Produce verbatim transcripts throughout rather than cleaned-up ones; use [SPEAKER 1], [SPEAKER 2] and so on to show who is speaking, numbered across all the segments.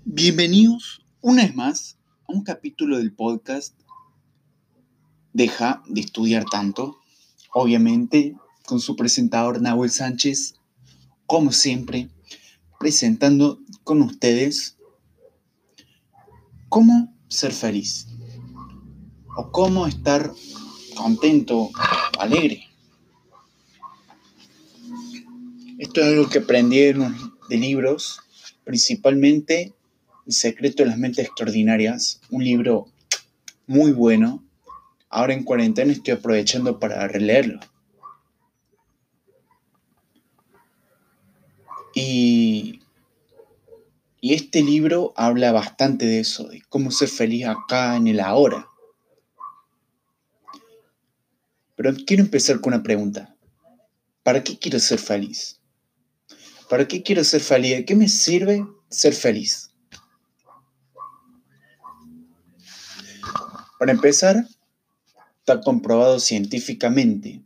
[SPEAKER 1] Bienvenidos una vez más a un capítulo del podcast Deja de estudiar tanto, obviamente con su presentador Nahuel Sánchez, como siempre, presentando con ustedes cómo ser feliz o cómo estar contento, alegre. Esto es algo que aprendí de libros, principalmente El secreto de las mentes extraordinarias, un libro muy bueno. Ahora en cuarentena estoy aprovechando para releerlo. Y, y este libro habla bastante de eso, de cómo ser feliz acá en el ahora. Pero quiero empezar con una pregunta. ¿Para qué quiero ser feliz? ¿Para qué quiero ser feliz? ¿De qué me sirve ser feliz? Para empezar, está comprobado científicamente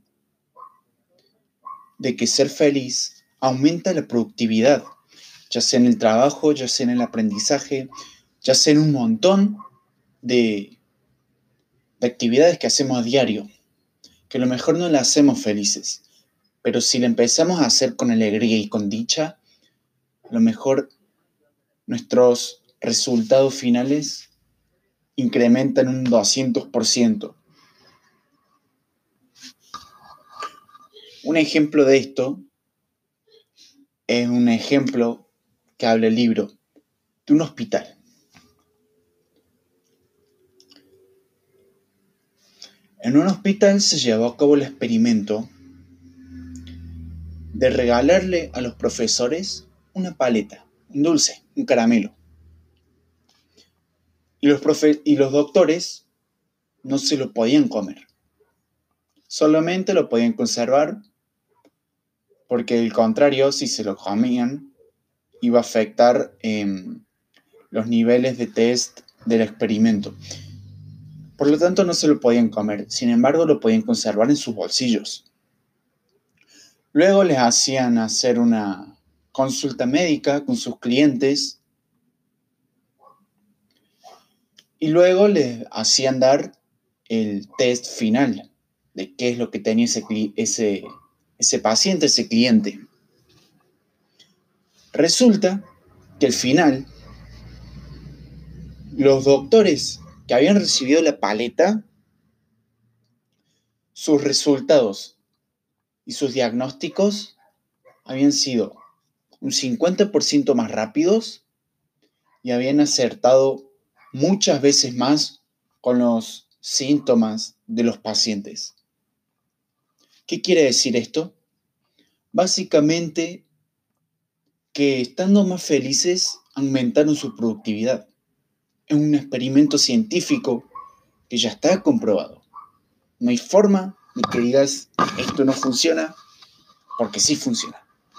[SPEAKER 1] de que ser feliz aumenta la productividad, ya sea en el trabajo, ya sea en el aprendizaje, ya sea en un montón de, de actividades que hacemos a diario, que a lo mejor no las hacemos felices, pero si la empezamos a hacer con alegría y con dicha, a lo mejor nuestros resultados finales incrementan un doscientos por ciento. Un ejemplo de esto es un ejemplo que habla el libro de un hospital. En un hospital se llevó a cabo el experimento de regalarle a los profesores una paleta, un dulce, un caramelo. Y los, profe- y los doctores no se lo podían comer. Solamente lo podían conservar porque, al contrario, si se lo comían, iba a afectar eh, los niveles de test del experimento. Por lo tanto, no se lo podían comer. Sin embargo, lo podían conservar en sus bolsillos. Luego les hacían hacer una consulta médica con sus clientes y luego les hacían dar el test final de qué es lo que tenía ese, ese, ese paciente, ese cliente. Resulta que al final, los doctores que habían recibido la paleta, sus resultados y sus diagnósticos habían sido un cincuenta por ciento más rápidos y habían acertado muchas veces más con los síntomas de los pacientes. ¿Qué quiere decir esto? Básicamente que estando más felices aumentaron su productividad. Es un experimento científico que ya está comprobado. No hay forma de que digas esto no funciona, porque sí funciona.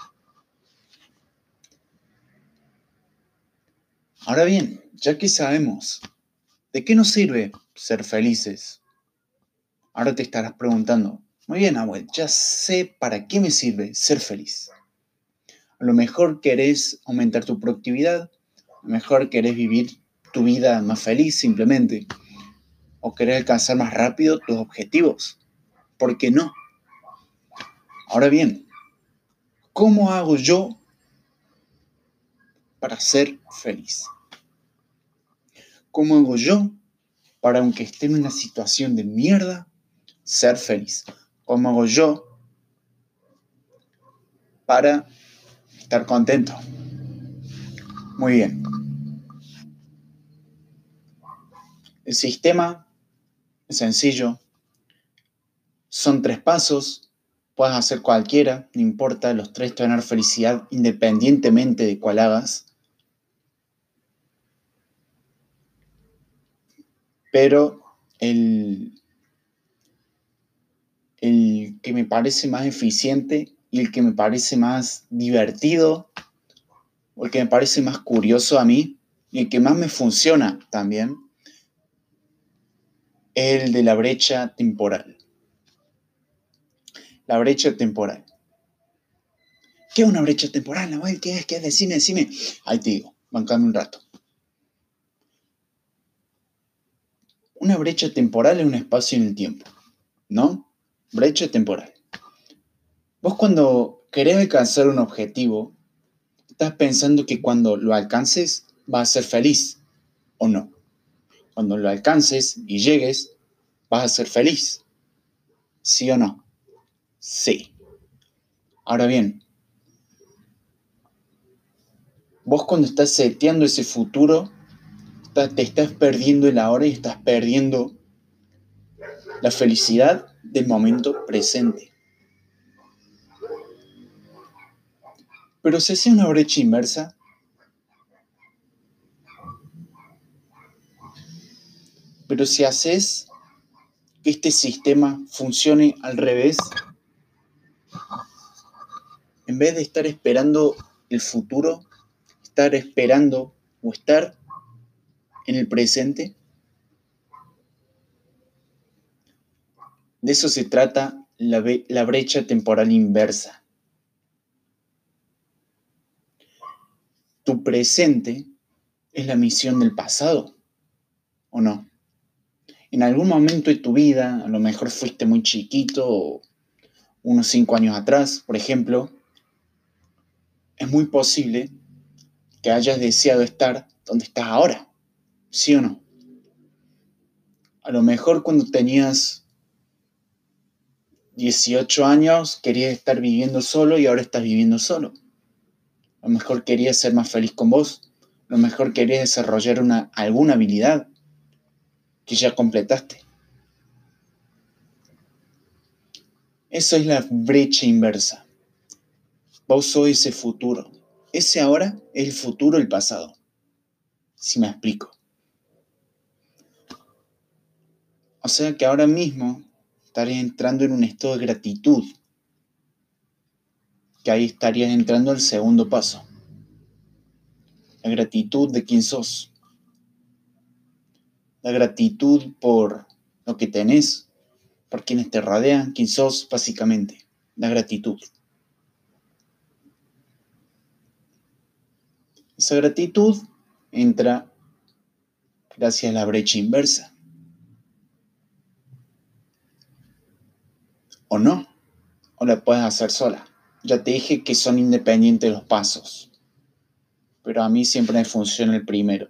[SPEAKER 1] Ahora bien, ya que sabemos de qué nos sirve ser felices, ahora te estarás preguntando, muy bien, Abuel, ya sé para qué me sirve ser feliz. A lo mejor querés aumentar tu productividad, a lo mejor querés vivir tu vida más feliz simplemente, o querés alcanzar más rápido tus objetivos. ¿Por qué no? Ahora bien, ¿cómo hago yo para ser feliz? ¿Cómo hago yo para, aunque esté en una situación de mierda, ser feliz? ¿Cómo hago yo para estar contento? Muy bien. El sistema es sencillo. Son tres pasos. Puedes hacer cualquiera, no importa. Los tres te van a dar felicidad independientemente de cuál hagas. Pero el, el que me parece más eficiente y el que me parece más divertido, o el que me parece más curioso a mí, y el que más me funciona también, es el de la brecha temporal. La brecha temporal. ¿Qué es una brecha temporal, Nahuel? ¿Qué es? ¿Qué es? Decime, decime. Ahí te digo, bancame un rato. Una brecha temporal es un espacio en el tiempo, ¿no? Brecha temporal. Vos cuando querés alcanzar un objetivo, estás pensando que cuando lo alcances vas a ser feliz, ¿o no? Cuando lo alcances y llegues, vas a ser feliz, ¿sí o no? Sí. Ahora bien, vos cuando estás seteando ese futuro, te estás perdiendo el ahora y estás perdiendo la felicidad del momento presente. Pero si hace una brecha inversa, pero si haces que este sistema funcione al revés, en vez de estar esperando el futuro, estar esperando o estar en el presente, de eso se trata la, la brecha temporal inversa. Tu presente es la misión del pasado, ¿o no? En algún momento de tu vida, a lo mejor fuiste muy chiquito, unos cinco años atrás, por ejemplo, es muy posible que hayas deseado estar donde estás ahora, ¿sí o no? A lo mejor cuando tenías dieciocho años querías estar viviendo solo y ahora estás viviendo solo. A lo mejor querías ser más feliz con vos. A lo mejor querías desarrollar una, alguna habilidad que ya completaste. Eso es la brecha inversa. Vos sos ese futuro. Ese ahora es el futuro del pasado. Si me explico. O sea que ahora mismo estarías entrando en un estado de gratitud. Que ahí estarías entrando al segundo paso. La gratitud de quién sos. La gratitud por lo que tenés, por quienes te rodean, quién sos, básicamente. La gratitud. Esa gratitud entra gracias a la brecha inversa. O no, o la puedes hacer sola. Ya te dije que son independientes los pasos, pero a mí siempre me funciona el primero.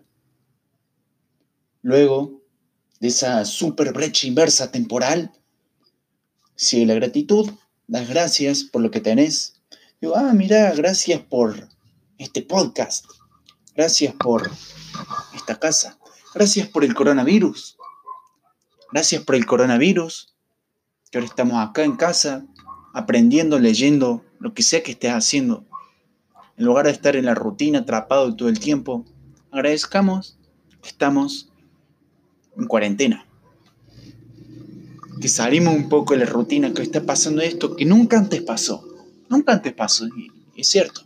[SPEAKER 1] Luego de esa super brecha inversa temporal, sigue la gratitud, das gracias por lo que tenés. Digo, ah, mira, gracias por este podcast, gracias por esta casa, gracias por el coronavirus, gracias por el coronavirus, que ahora estamos acá en casa, aprendiendo, leyendo, lo que sea que estés haciendo. En lugar de estar en la rutina atrapado todo el tiempo, agradezcamos que estamos en cuarentena. Que salimos un poco de la rutina, que está pasando esto que nunca antes pasó. Nunca antes pasó, y es cierto.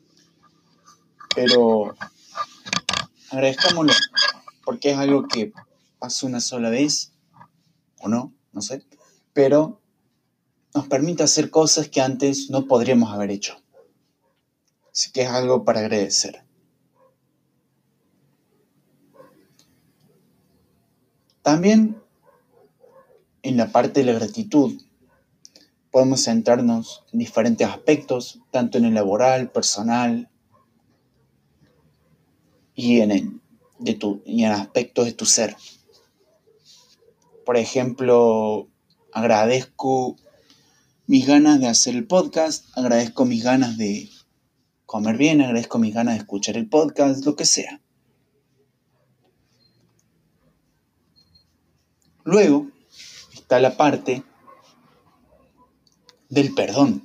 [SPEAKER 1] Pero agradezcámoslo, porque es algo que pasó una sola vez, o no, no sé. Pero nos permite hacer cosas que antes no podríamos haber hecho. Así que es algo para agradecer. También en la parte de la gratitud podemos centrarnos en diferentes aspectos, tanto en el laboral, personal y en, el, de tu, y en aspectos de tu ser. Por ejemplo, agradezco mis ganas de hacer el podcast, agradezco mis ganas de comer bien, agradezco mis ganas de escuchar el podcast, lo que sea. Luego está la parte del perdón.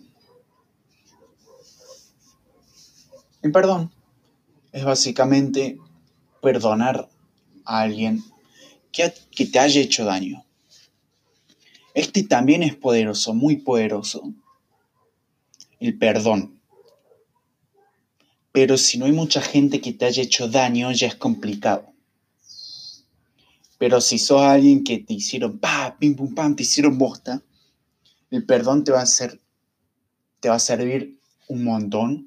[SPEAKER 1] El perdón es básicamente perdonar a alguien que, que te haya hecho daño. Este también es poderoso, muy poderoso. El perdón. Pero si no hay mucha gente que te haya hecho daño, ya es complicado. Pero si sos alguien que te hicieron pa, pim, pum, pam, te hicieron bosta, el perdón te va a hacer, te va a servir un montón.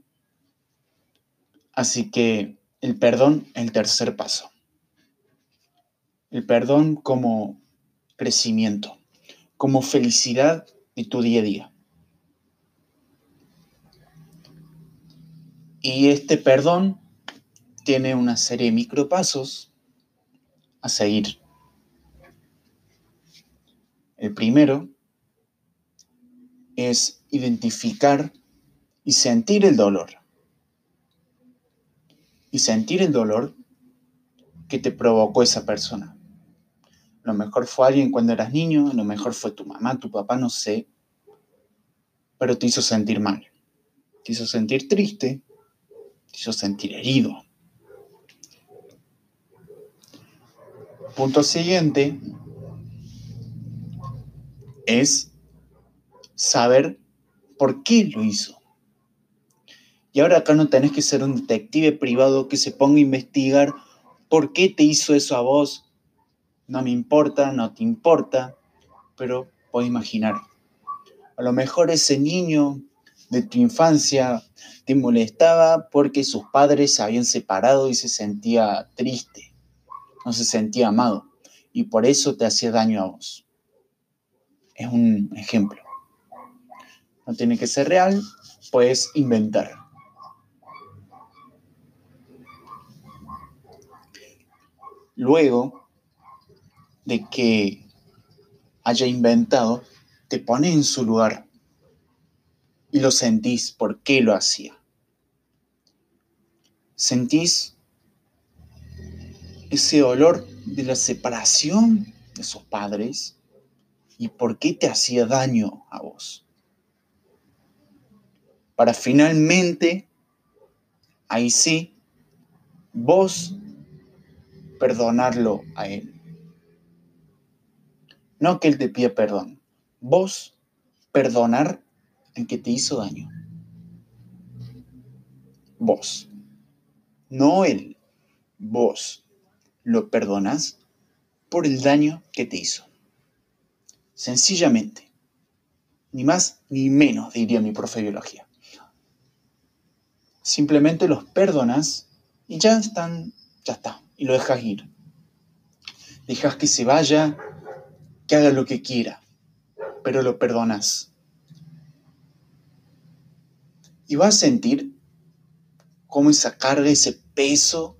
[SPEAKER 1] Así que el perdón es el tercer paso. El perdón como crecimiento, como felicidad de tu día a día. Y este perdón tiene una serie de micropasos a seguir. El primero es identificar y sentir el dolor. Y sentir el dolor que te provocó esa persona. A lo mejor fue alguien cuando eras niño, a lo mejor fue tu mamá, tu papá, no sé, pero te hizo sentir mal. Te hizo sentir triste, te hizo sentir herido. Punto siguiente es saber por qué lo hizo. Y ahora acá no tenés que ser un detective privado que se ponga a investigar por qué te hizo eso a vos. No me importa, no te importa, pero puedo imaginar. A lo mejor ese niño de tu infancia te molestaba porque sus padres se habían separado y se sentía triste, no se sentía amado, y por eso te hacía daño a vos. Es un ejemplo. No tiene que ser real, puedes inventar. Luego de que haya inventado, te pones en su lugar y lo sentís por qué lo hacía. Sentís ese dolor de la separación de sus padres y por qué te hacía daño a vos. Para finalmente, ahí sí, vos perdonarlo a él. No que él te pida perdón. Vos perdonar al que te hizo daño. Vos. No él. Vos lo perdonás por el daño que te hizo. Sencillamente. Ni más ni menos, diría mi profe de biología. Simplemente los perdonas y ya están, ya está. Y lo dejas ir. Dejas que se vaya, que haga lo que quiera, pero lo perdonas. Y vas a sentir cómo esa carga, ese peso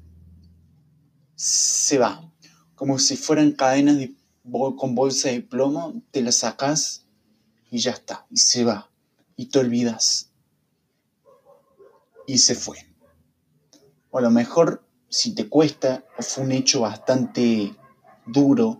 [SPEAKER 1] se va. Como si fueran cadenas de, con bolsa de plomo, te las sacas y ya está. Y se va. Y te olvidas. Y se fue. O a lo mejor, si te cuesta, o fue un hecho bastante duro,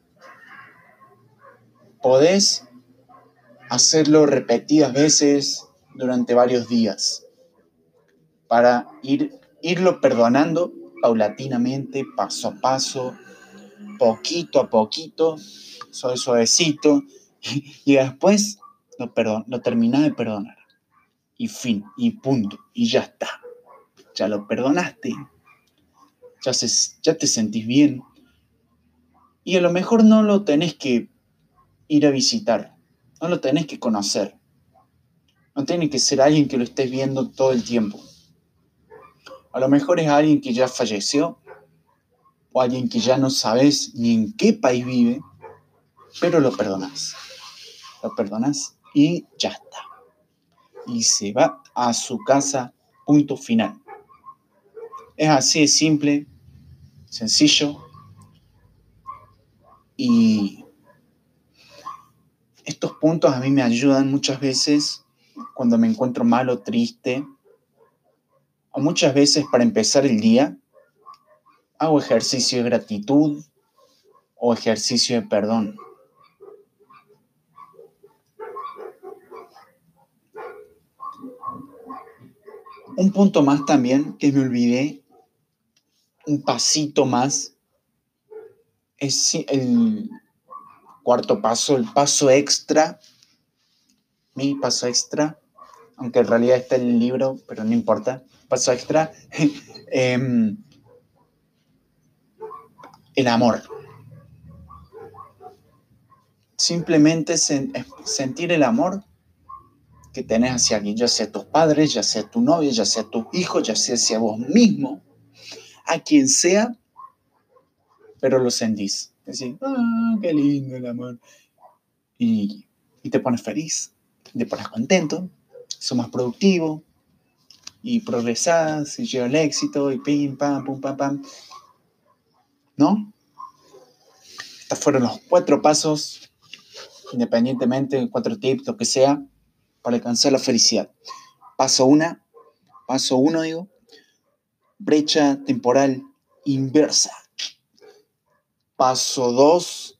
[SPEAKER 1] podés hacerlo repetidas veces durante varios días para ir, irlo perdonando paulatinamente, paso a paso, poquito a poquito, suave, suavecito, y, y después lo, perdon, lo terminás de perdonar. Y fin, y punto, y ya está. Ya lo perdonaste, ya, se, ya te sentís bien. Y a lo mejor no lo tenés que ir a visitar, no lo tenés que conocer. No tiene que ser alguien que lo estés viendo todo el tiempo. A lo mejor es alguien que ya falleció o alguien que ya no sabes ni en qué país vive, pero lo perdonás. Lo perdonás y ya está. Y se va a su casa, punto final. Es así de simple, sencillo. Y estos puntos a mí me ayudan muchas veces cuando me encuentro mal o triste. O muchas veces para empezar el día, hago ejercicio de gratitud o ejercicio de perdón. Un punto más también que me olvidé, un pasito más, es el cuarto paso, el paso extra, mi paso extra, aunque en realidad está en el libro, pero no importa, paso extra, eh, el amor. Simplemente sen- sentir el amor que tenés hacia alguien, ya sea tus padres, ya sea tu novia, ya sea tus hijos, ya sea hacia vos mismo, a quien sea, pero lo sentís. Decís, ah, qué lindo el amor. Y, y te pones feliz, te pones contento, sos más productivo, y progresás, y llega el éxito, y pim, pam, pum, pam, pam. ¿No? Estos fueron los cuatro pasos, independientemente, cuatro tips, lo que sea, para alcanzar la felicidad. Paso uno, paso uno, digo, brecha temporal inversa. Paso dos,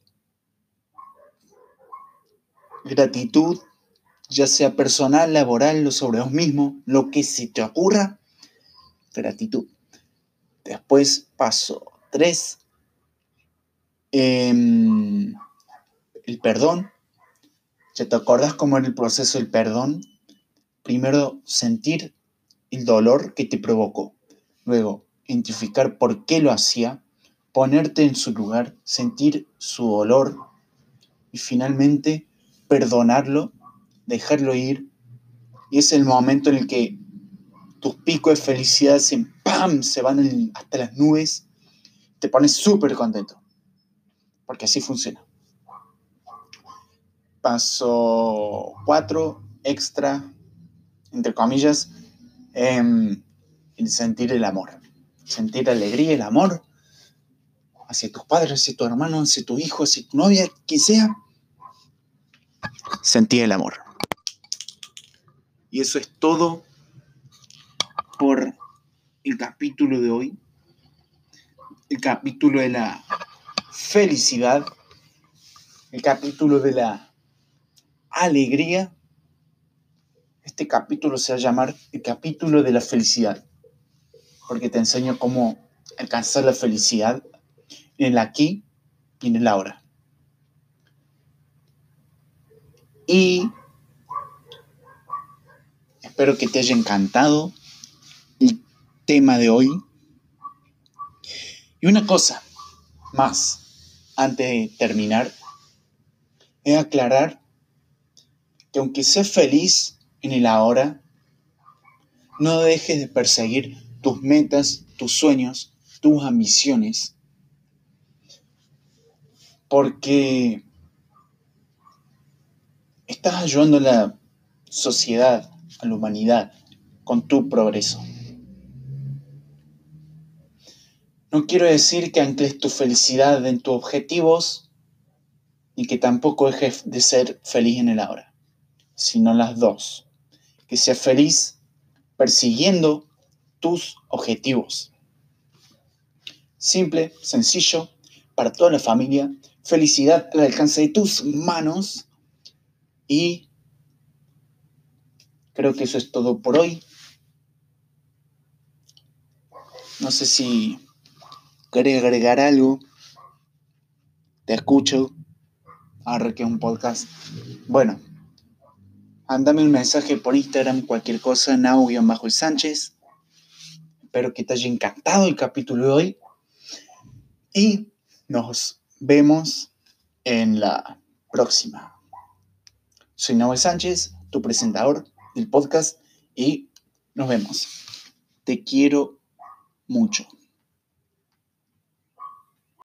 [SPEAKER 1] gratitud, ya sea personal, laboral o sobre vos mismo, lo que se te ocurra, gratitud. Después, paso tres, eh, el perdón. ¿Ya te acordás cómo era el proceso del perdón? Primero, sentir el dolor que te provocó. Luego, identificar por qué lo hacía, ponerte en su lugar, sentir su dolor y finalmente perdonarlo, dejarlo ir. Y es el momento en el que tus picos de felicidad se, ¡pam!, se van en, hasta las nubes. Te pones súper contento. Porque así funciona. Paso cuatro, extra, entre comillas, eh, el sentir el amor. Sentir alegría, el amor hacia tus padres, hacia tu hermano, hacia tu hijo, hacia tu novia, quien sea. Sentir el amor. Y eso es todo por el capítulo de hoy. El capítulo de la felicidad. El capítulo de la alegría. Este capítulo se va a llamar el capítulo de la felicidad. Porque te enseño cómo alcanzar la felicidad en el aquí y en el ahora. Y espero que te haya encantado el tema de hoy. Y una cosa más, antes de terminar, es aclarar que aunque seas feliz en el ahora, no dejes de perseguir tus metas, tus sueños, tus ambiciones, porque estás ayudando a la sociedad, a la humanidad, con tu progreso. No quiero decir que ancles tu felicidad en tus objetivos y que tampoco dejes de ser feliz en el ahora, sino las dos. Que seas feliz persiguiendo tus objetivos. Simple, sencillo, para toda la familia. Felicidad al alcance de tus manos. Y creo que eso es todo por hoy. No sé si querés agregar algo. Te escucho. Ahora que es un podcast. Bueno, mándame un mensaje por Instagram, cualquier cosa, nau-el Sánchez. Espero que te haya encantado el capítulo de hoy. Y nos vemos en la próxima. Soy Nahuel Sánchez, tu presentador del podcast, y nos vemos. Te quiero mucho.